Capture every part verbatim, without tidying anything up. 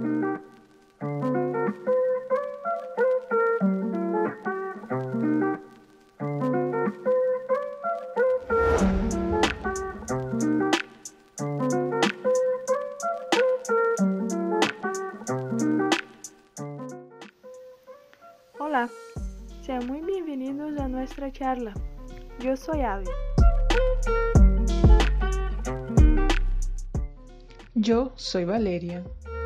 Hola, sean muy bienvenidos a nuestra charla. Yo soy Avi. Yo soy Valeria.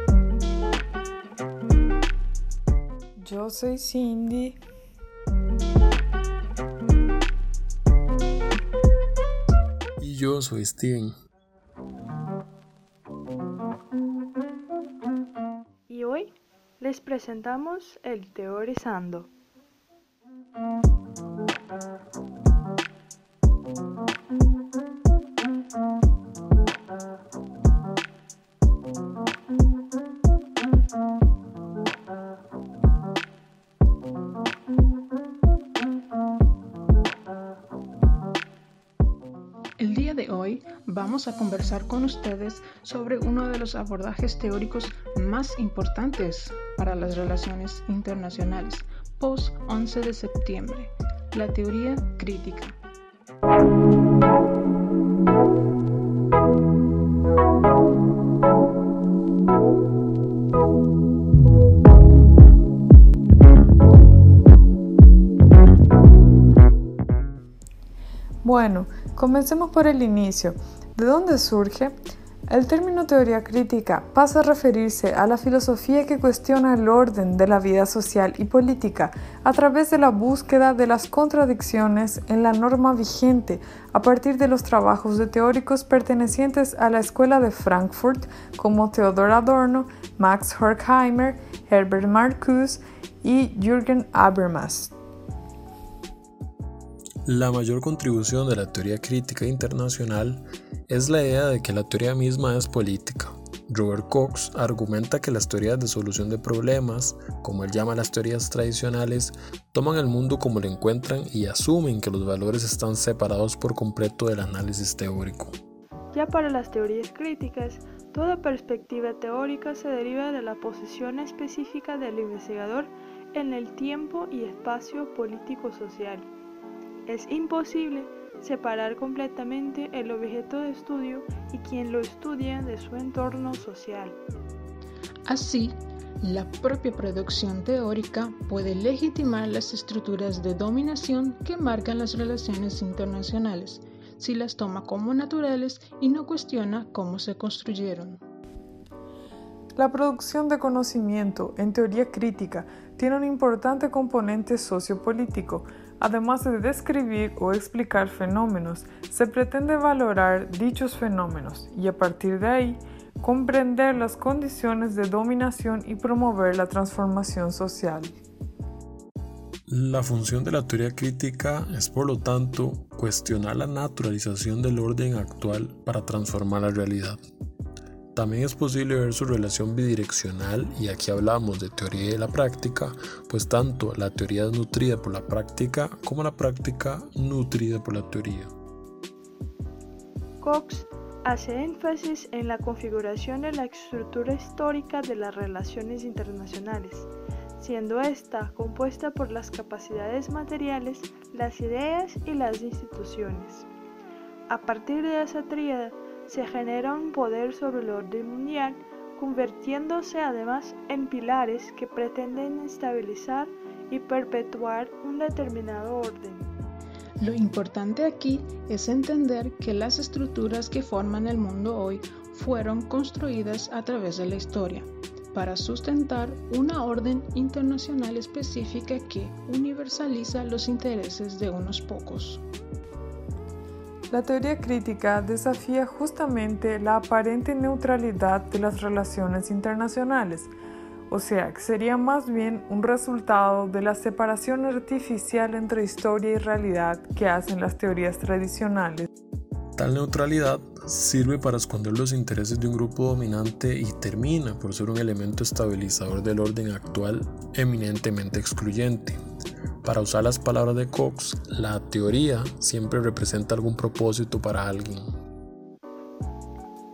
Yo soy Cindy. Y yo soy Steven. Y hoy les presentamos el Teorizando. El día de hoy vamos a conversar con ustedes sobre uno de los abordajes teóricos más importantes para las relaciones internacionales post once de septiembre, la teoría crítica. Bueno, comencemos por el inicio. ¿De dónde surge? El término teoría crítica pasa a referirse a la filosofía que cuestiona el orden de la vida social y política a través de la búsqueda de las contradicciones en la norma vigente a partir de los trabajos de teóricos pertenecientes a la Escuela de Frankfurt como Theodor Adorno, Max Horkheimer, Herbert Marcuse y Jürgen Habermas. La mayor contribución de la teoría crítica internacional es la idea de que la teoría misma es política. Robert Cox argumenta que las teorías de solución de problemas, como él llama las teorías tradicionales, toman el mundo como lo encuentran y asumen que los valores están separados por completo del análisis teórico. Ya para las teorías críticas, toda perspectiva teórica se deriva de la posición específica del investigador en el tiempo y espacio político-social. Es imposible separar completamente el objeto de estudio y quien lo estudia de su entorno social. Así, la propia producción teórica puede legitimar las estructuras de dominación que marcan las relaciones internacionales, si las toma como naturales y no cuestiona cómo se construyeron. La producción de conocimiento en teoría crítica tiene un importante componente sociopolítico. Además de describir o explicar fenómenos, se pretende valorar dichos fenómenos y a partir de ahí comprender las condiciones de dominación y promover la transformación social. La función de la teoría crítica es, por lo tanto, cuestionar la naturalización del orden actual para transformar la realidad. También es posible ver su relación bidireccional, y aquí hablamos de teoría y de la práctica, pues tanto la teoría es nutrida por la práctica como la práctica nutrida por la teoría. Cox hace énfasis en la configuración de la estructura histórica de las relaciones internacionales, siendo esta compuesta por las capacidades materiales, las ideas y las instituciones. A partir de esa tríada, se genera un poder sobre el orden mundial, convirtiéndose además en pilares que pretenden estabilizar y perpetuar un determinado orden. Lo importante aquí es entender que las estructuras que forman el mundo hoy fueron construidas a través de la historia para sustentar una orden internacional específica que universaliza los intereses de unos pocos. La teoría crítica desafía justamente la aparente neutralidad de las relaciones internacionales, o sea, que sería más bien un resultado de la separación artificial entre historia y realidad que hacen las teorías tradicionales. Tal neutralidad sirve para esconder los intereses de un grupo dominante y termina por ser un elemento estabilizador del orden actual eminentemente excluyente. Para usar las palabras de Cox, la teoría siempre representa algún propósito para alguien.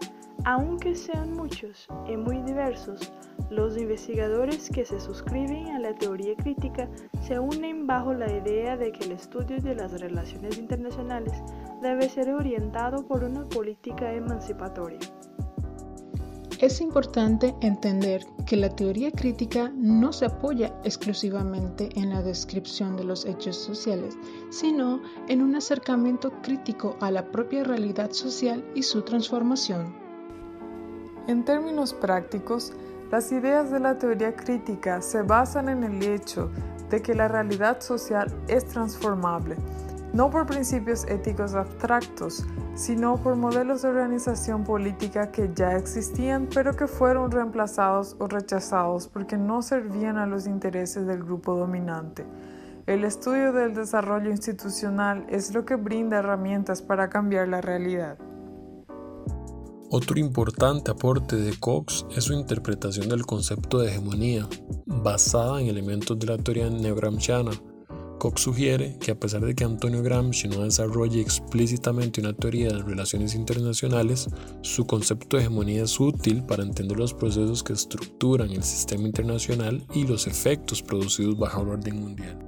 Aunque sean muchos y muy diversos, los investigadores que se suscriben a la teoría crítica se unen bajo la idea de que el estudio de las relaciones internacionales debe ser orientado por una política emancipatoria. Es importante entender que la teoría crítica no se apoya exclusivamente en la descripción de los hechos sociales, sino en un acercamiento crítico a la propia realidad social y su transformación. En términos prácticos, las ideas de la teoría crítica se basan en el hecho de que la realidad social es transformable, no por principios éticos abstractos, sino por modelos de organización política que ya existían pero que fueron reemplazados o rechazados porque no servían a los intereses del grupo dominante. El estudio del desarrollo institucional es lo que brinda herramientas para cambiar la realidad. Otro importante aporte de Cox es su interpretación del concepto de hegemonía, basada en elementos de la teoría neo-gramsciana. Cox sugiere que a pesar de que Antonio Gramsci no desarrolle explícitamente una teoría de relaciones internacionales, su concepto de hegemonía es útil para entender los procesos que estructuran el sistema internacional y los efectos producidos bajo el orden mundial.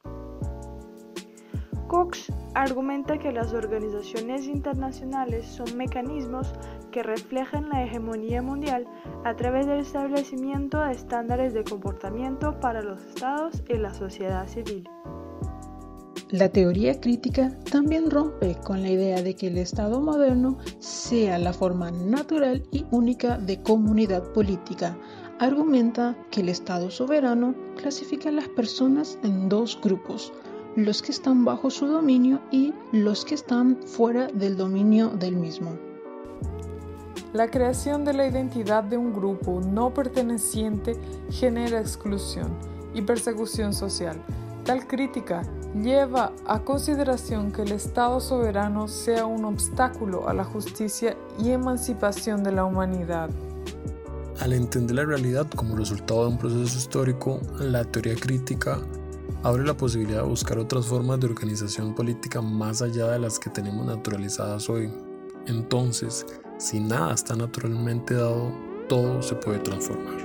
Cox argumenta que las organizaciones internacionales son mecanismos que reflejan la hegemonía mundial a través del establecimiento de estándares de comportamiento para los estados y la sociedad civil. La teoría crítica también rompe con la idea de que el Estado moderno sea la forma natural y única de comunidad política. Argumenta que el Estado soberano clasifica a las personas en dos grupos: los que están bajo su dominio y los que están fuera del dominio del mismo. La creación de la identidad de un grupo no perteneciente genera exclusión y persecución social. Tal crítica lleva a consideración que el Estado soberano sea un obstáculo a la justicia y emancipación de la humanidad. Al entender la realidad como resultado de un proceso histórico, la teoría crítica abre la posibilidad de buscar otras formas de organización política más allá de las que tenemos naturalizadas hoy. Entonces, si nada está naturalmente dado, todo se puede transformar.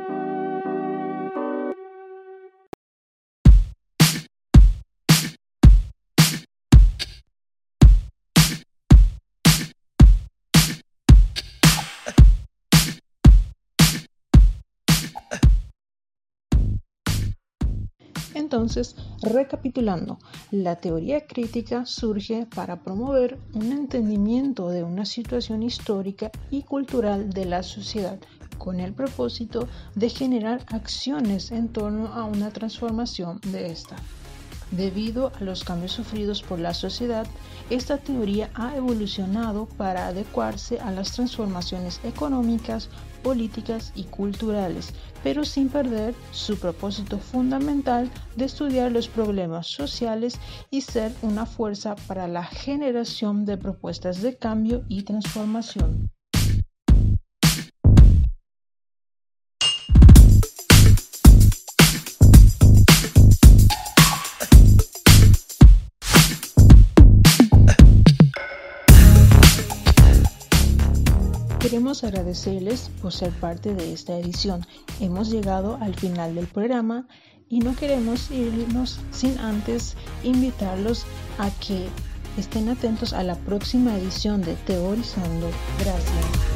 Entonces, recapitulando, la teoría crítica surge para promover un entendimiento de una situación histórica y cultural de la sociedad, con el propósito de generar acciones en torno a una transformación de esta. Debido a los cambios sufridos por la sociedad, esta teoría ha evolucionado para adecuarse a las transformaciones económicas, políticas y culturales, pero sin perder su propósito fundamental de estudiar los problemas sociales y ser una fuerza para la generación de propuestas de cambio y transformación. Queremos agradecerles por ser parte de esta edición. Hemos llegado al final del programa y no queremos irnos sin antes invitarlos a que estén atentos a la próxima edición de Teorizando. Gracias.